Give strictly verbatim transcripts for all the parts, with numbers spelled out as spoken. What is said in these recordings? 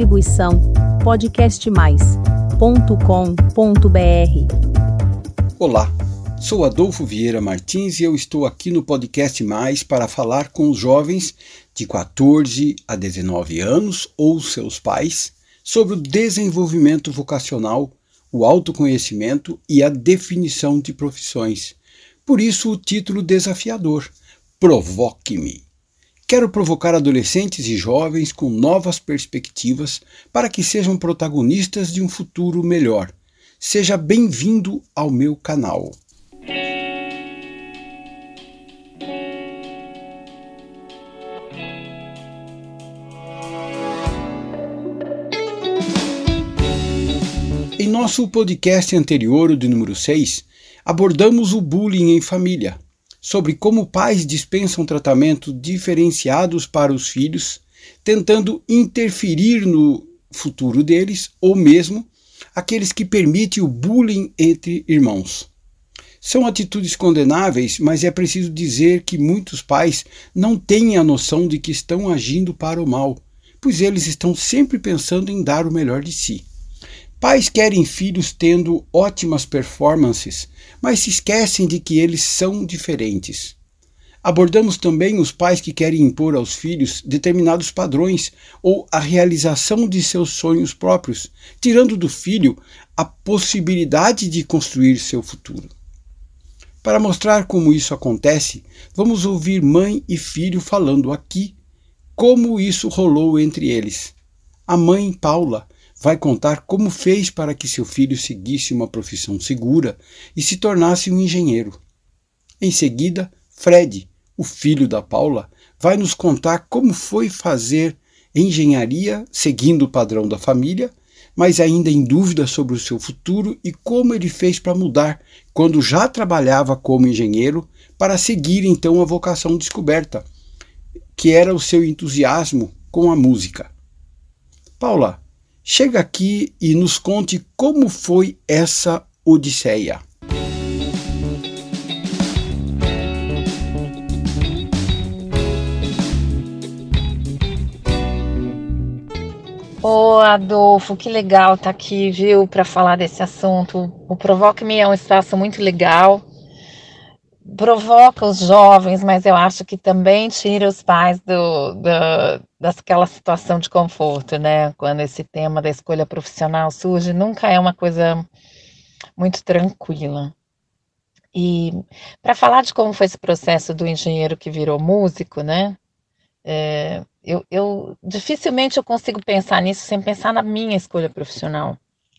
Distribuição podcast mais ponto com ponto br. Olá, sou Adolfo Vieira Martins e eu estou aqui no Podcast Mais para falar com os jovens de quatorze a dezenove anos ou seus pais sobre o desenvolvimento vocacional, o autoconhecimento e a definição de profissões. Por isso o título desafiador, Provoque-me. Quero provocar adolescentes e jovens com novas perspectivas para que sejam protagonistas de um futuro melhor. Seja bem-vindo ao meu canal. Em nosso podcast anterior, o de número seis, abordamos o bullying em família, sobre como pais dispensam tratamento diferenciados para os filhos, tentando interferir no futuro deles, ou mesmo aqueles que permitem o bullying entre irmãos. São atitudes condenáveis, mas é preciso dizer que muitos pais não têm a noção de que estão agindo para o mal, pois eles estão sempre pensando em dar o melhor de si. Pais querem filhos tendo ótimas performances, mas se esquecem de que eles são diferentes. Abordamos também os pais que querem impor aos filhos determinados padrões ou a realização de seus sonhos próprios, tirando do filho a possibilidade de construir seu futuro. Para mostrar como isso acontece, vamos ouvir mãe e filho falando aqui como isso rolou entre eles. A mãe, Paula, vai contar como fez para que seu filho seguisse uma profissão segura e se tornasse um engenheiro. Em seguida, Fred, o filho da Paula, vai nos contar como foi fazer engenharia seguindo o padrão da família, mas ainda em dúvida sobre o seu futuro e como ele fez para mudar quando já trabalhava como engenheiro para seguir então a vocação descoberta, que era o seu entusiasmo com a música. Paula, chega aqui e nos conte como foi essa odisseia. Ô Adolfo, que legal estar aqui, viu, para falar desse assunto. O Provoque-me é um espaço muito legal. Provoca os jovens, mas eu acho que também tira os pais do, do, daquela situação de conforto, né? Quando esse tema da escolha profissional surge, nunca é uma coisa muito tranquila. E para falar de como foi esse processo do engenheiro que virou músico, né? É, eu, eu dificilmente eu consigo pensar nisso sem pensar na minha escolha profissional.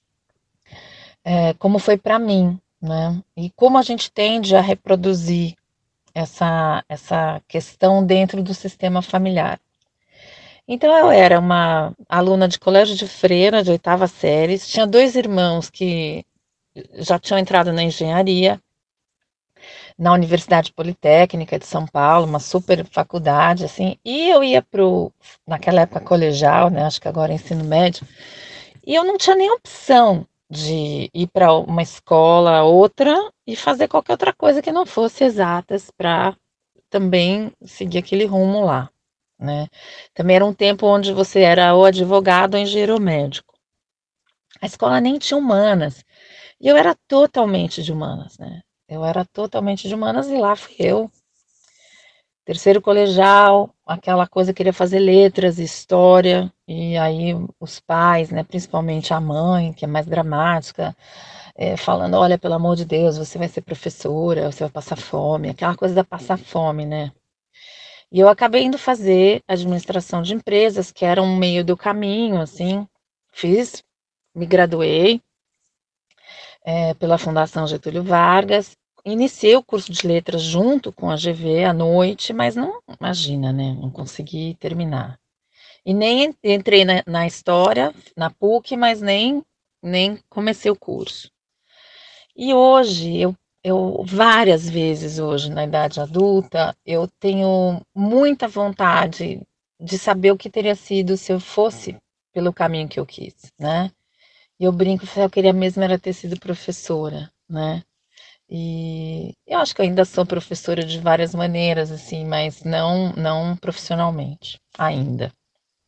É, como foi para mim. Né? E como a gente tende a reproduzir essa, essa questão dentro do sistema familiar. Então eu era uma aluna de colégio de freira, de oitava série, tinha dois irmãos que já tinham entrado na engenharia, na Universidade Politécnica de São Paulo, uma super faculdade, assim, e eu ia para o, naquela época colegial, né, acho que agora é ensino médio, e eu não tinha nem opção de ir para uma escola, outra, e fazer qualquer outra coisa que não fosse exatas para também seguir aquele rumo lá, né? Também era um tempo onde você era ou advogado ou engenheiro médico. A escola nem tinha humanas, e eu era totalmente de humanas, né? Eu era totalmente de humanas e lá fui eu. Terceiro colegial, aquela coisa, queria fazer letras, história, e aí os pais, né, principalmente a mãe, que é mais dramática, é, falando, olha, pelo amor de Deus, você vai ser professora, você vai passar fome, aquela coisa da passar fome, né? E eu acabei indo fazer administração de empresas, que era um meio do caminho, assim, fiz, me graduei é, pela Fundação Getúlio Vargas. Iniciei o curso de letras junto com a G V à noite, mas não, imagina, né? Não consegui terminar. E nem entrei na, na história, na P U C, mas nem, nem comecei o curso. E hoje, eu, eu várias vezes hoje, na idade adulta, eu tenho muita vontade de saber o que teria sido se eu fosse pelo caminho que eu quis, né? E eu brinco, eu queria mesmo era ter sido professora, né? E eu acho que eu ainda sou professora de várias maneiras, assim, mas não, não profissionalmente, ainda.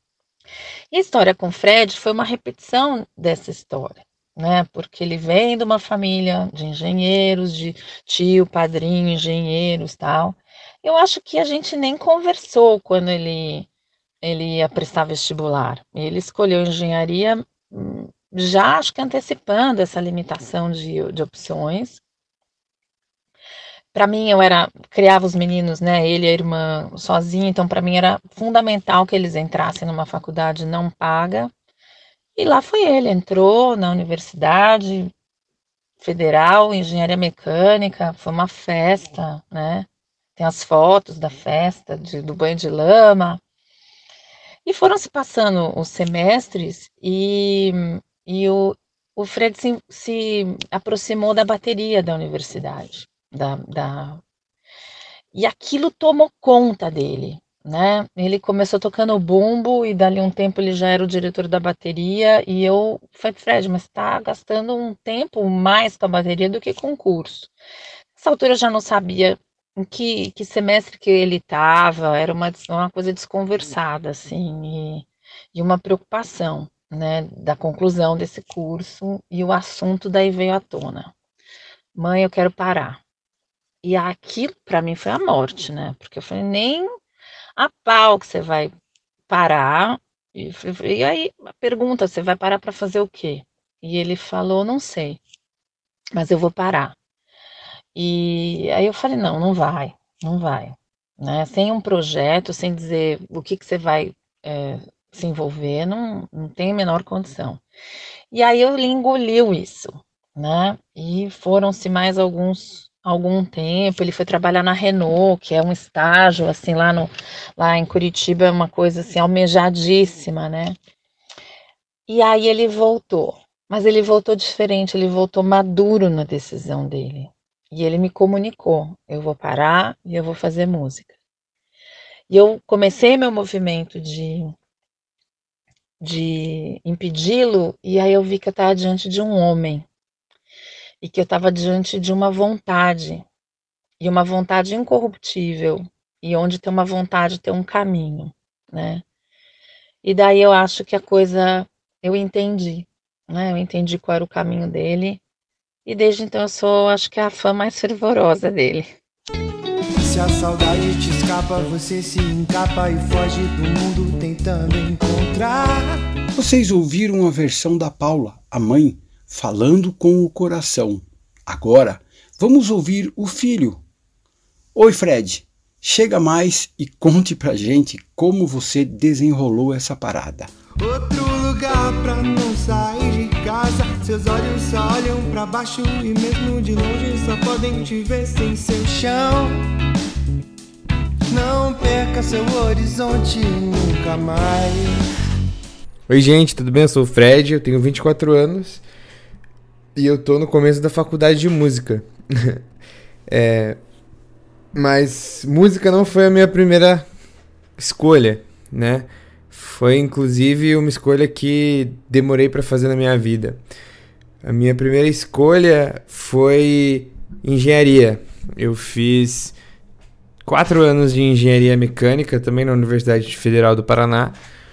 E a história com o Fred foi uma repetição dessa história, né? Porque ele vem de uma família de engenheiros, de tio, padrinho, engenheiros, tal. Eu acho que a gente nem conversou quando ele ele ia prestar vestibular. Ele escolheu engenharia hum, já acho que antecipando essa limitação de, de opções. Para mim, eu era criava os meninos, né? Ele e a irmã sozinha, então para mim era fundamental que eles entrassem numa faculdade não paga. E lá foi ele, entrou na Universidade Federal, Engenharia Mecânica, foi uma festa, né? Tem as fotos da festa, de, do banho de lama. E foram se passando os semestres e, e o, o Fred se, se aproximou da bateria da universidade. Da, da... E aquilo tomou conta dele, né? Ele começou tocando bumbo e dali um tempo ele já era o diretor da bateria e eu falei, Fred, mas tá gastando um tempo mais com a bateria do que com o curso. Nessa altura eu já não sabia em que, que semestre que ele estava, era uma, uma coisa desconversada, assim, e, e uma preocupação, né, da conclusão desse curso e o assunto daí veio à tona. Mãe, eu quero parar. E aquilo para mim foi a morte, né? Porque eu falei, nem a pau que você vai parar. E, e aí a pergunta, você vai parar para fazer o quê? E ele falou, não sei, mas eu vou parar. E aí eu falei, não, não vai, não vai. Né? Sem um projeto, sem dizer o que, que você vai é, se envolver, não, não tem a menor condição. E aí ele engoliu isso, né? E foram-se mais alguns algum tempo, ele foi trabalhar na Renault, que é um estágio, assim, lá, no, lá em Curitiba, é uma coisa, assim, almejadíssima, né? E aí ele voltou, mas ele voltou diferente, ele voltou maduro na decisão dele. E ele me comunicou, eu vou parar e eu vou fazer música. E eu comecei meu movimento de, de impedi-lo, e aí eu vi que eu estava diante de um homem, e que eu estava diante de uma vontade, e uma vontade incorruptível, e onde tem uma vontade tem um caminho, né? E daí eu acho que a coisa, eu entendi, né? Eu entendi qual era o caminho dele, e desde então eu sou, acho que a fã mais fervorosa dele. Se a saudade te escapa, você se encapa e foge do mundo tentando encontrar. Vocês ouviram a versão da Paula, a mãe, falando com o coração. Agora, vamos ouvir o filho. Oi, Fred, chega mais e conte pra gente como você desenrolou essa parada. Outro lugar pra não sair de casa. Seus olhos só olham pra baixo e mesmo de longe só podem te ver sem seu chão. Não perca seu horizonte nunca mais. Oi, gente, tudo bem? Eu sou o Fred, eu tenho vinte e quatro anos e eu tô no começo da faculdade de música. é, mas música não foi a minha primeira escolha, né? Foi inclusive uma escolha que demorei pra fazer na minha vida. A minha primeira escolha foi engenharia. Eu fiz quatro anos de engenharia mecânica, também na Universidade Federal do Paraná.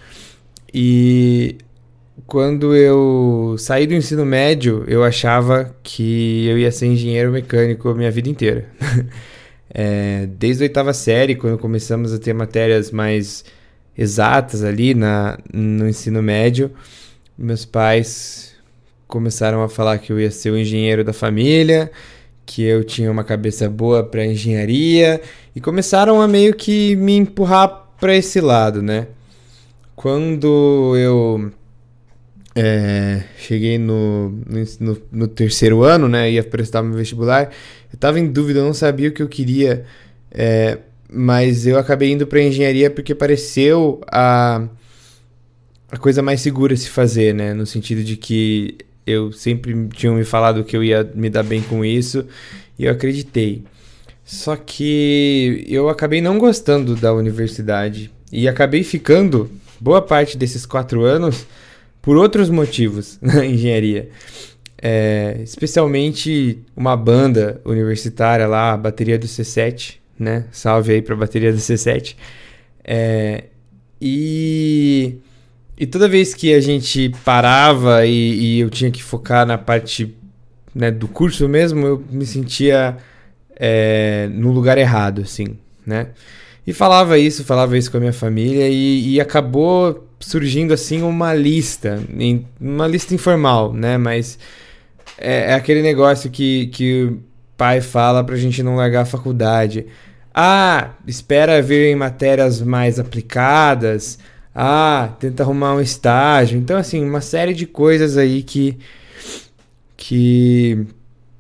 E quando eu saí do ensino médio, eu achava que eu ia ser engenheiro mecânico a minha vida inteira. é, desde a oitava série, quando começamos a ter matérias mais exatas ali na, no ensino médio, meus pais começaram a falar que eu ia ser o engenheiro da família, que eu tinha uma cabeça boa para engenharia, e começaram a meio que me empurrar para esse lado, né? Quando eu é, cheguei no, no, no terceiro ano, né, ia prestar meu vestibular, eu estava em dúvida, eu não sabia o que eu queria, é, mas eu acabei indo para engenharia porque pareceu a, a coisa mais segura a se fazer, né, no sentido de que eu sempre tinham me falado que eu ia me dar bem com isso, e eu acreditei. Só que eu acabei não gostando da universidade e acabei ficando boa parte desses quatro anos por outros motivos na engenharia. É, especialmente uma banda universitária lá, a bateria do C sete, né? Salve aí pra bateria do C sete. É, e e toda vez que a gente parava e, e eu tinha que focar na parte, né, do curso mesmo, eu me sentia é, no lugar errado, assim, né? E falava isso, falava isso com a minha família e, e acabou surgindo, assim, uma lista, uma lista informal, né? Mas é, é aquele negócio que, que o pai fala pra gente não largar a faculdade. Ah, espera vir em matérias mais aplicadas. Ah, tenta arrumar um estágio. Então, assim, uma série de coisas aí que... que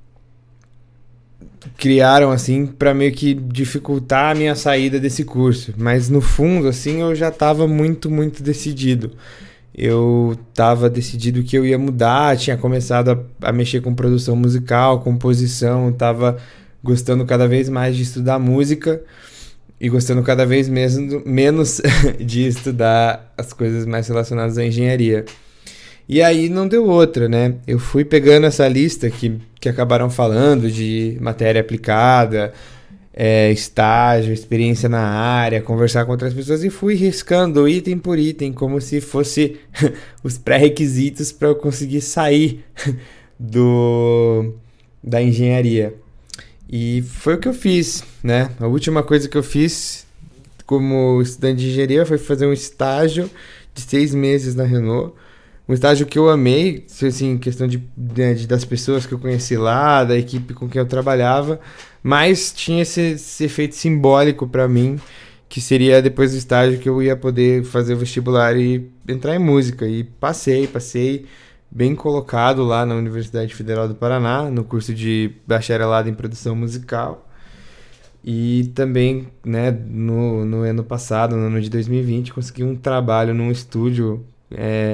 criaram, assim, para meio que dificultar a minha saída desse curso. Mas, no fundo, assim, eu já estava muito, muito decidido. Eu estava decidido que eu ia mudar, tinha começado a, a mexer com produção musical, composição, estava gostando cada vez mais de estudar música e gostando cada vez mesmo, menos de estudar as coisas mais relacionadas à engenharia. E aí não deu outra, né? Eu fui pegando essa lista que, que acabaram falando de matéria aplicada, é, estágio, experiência na área, conversar com outras pessoas e fui riscando item por item, como se fosse os pré-requisitos para eu conseguir sair do, da engenharia. E foi o que eu fiz, né? A última coisa que eu fiz como estudante de engenharia foi fazer um estágio de seis meses na Renault. Um estágio que eu amei, assim, questão de, de, das pessoas que eu conheci lá, da equipe com quem eu trabalhava, mas tinha esse, esse efeito simbólico para mim, que seria depois do estágio que eu ia poder fazer o vestibular e entrar em música. E passei, passei bem colocado lá na Universidade Federal do Paraná, no curso de bacharelado em produção musical. E também, né, no, no ano passado, no ano de dois mil e vinte, consegui um trabalho num estúdio... É,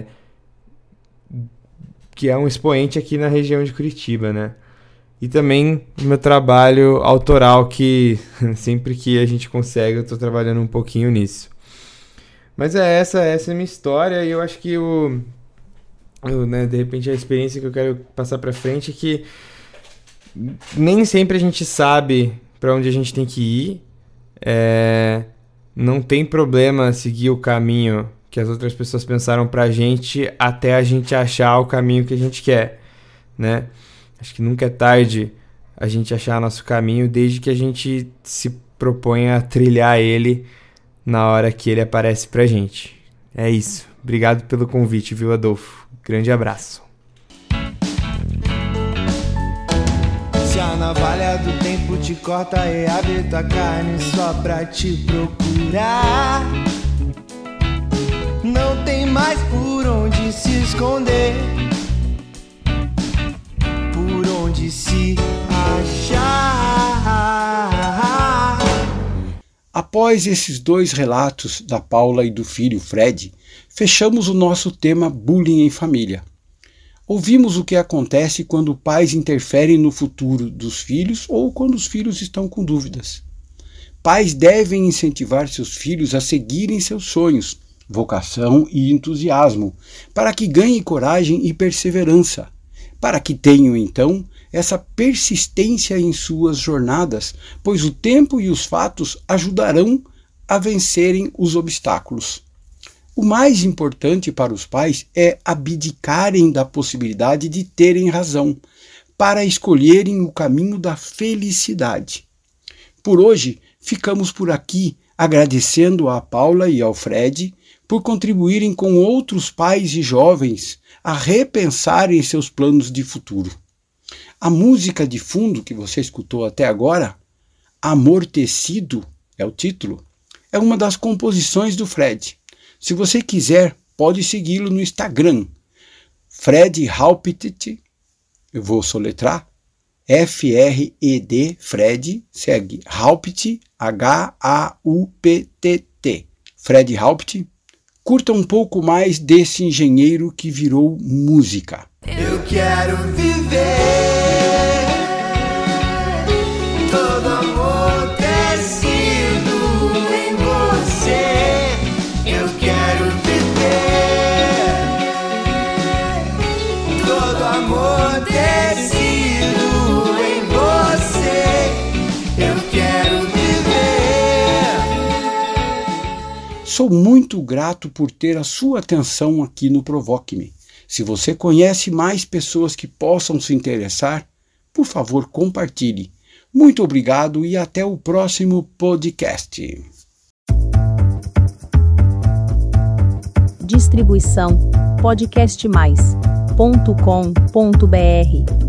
que é um expoente aqui na região de Curitiba, né? E também o meu trabalho autoral, que sempre que a gente consegue, eu tô trabalhando um pouquinho nisso. Mas é essa, essa é a minha história, e eu acho que o, o, né, de repente a experiência que eu quero passar pra frente é que nem sempre a gente sabe pra onde a gente tem que ir. É, não tem problema seguir o caminho que as outras pessoas pensaram pra gente até a gente achar o caminho que a gente quer, né? Acho que nunca é tarde a gente achar nosso caminho, desde que a gente se proponha a trilhar ele na hora que ele aparece pra gente. É isso. Obrigado pelo convite, viu, Adolfo? Grande abraço. Se a navalha do tempo te corta e abre tua carne só pra te procurar, não tem mais por onde se esconder, por onde se achar. Após esses dois relatos da Paula e do filho Fred, fechamos o nosso tema bullying em família. Ouvimos o que acontece quando pais interferem no futuro dos filhos ou quando os filhos estão com dúvidas. Pais devem incentivar seus filhos a seguirem seus sonhos, vocação e entusiasmo, para que ganhem coragem e perseverança, para que tenham, então, essa persistência em suas jornadas, pois o tempo e os fatos ajudarão a vencerem os obstáculos. O mais importante para os pais é abdicarem da possibilidade de terem razão, para escolherem o caminho da felicidade. Por hoje, ficamos por aqui, agradecendo a Paula e ao Fred por contribuírem com outros pais e jovens a repensarem seus planos de futuro. A música de fundo que você escutou até agora, Amortecido é o título, é uma das composições do Fred. Se você quiser, pode segui-lo no Instagram, Fred Haupt, eu vou soletrar, F R E D, Fred, segue Haupt, H A U P T T, Fred Haupt. Curta um pouco mais desse engenheiro que virou música. Eu quero viver todo amortecido em você. Eu quero viver todo amortecido em você. Eu quero viver. sou muito grato por ter a sua atenção aqui no Provoque-me. Se você conhece mais pessoas que possam se interessar, por favor, compartilhe. Muito obrigado e até o próximo podcast. Distribuição podcast mais ponto com ponto br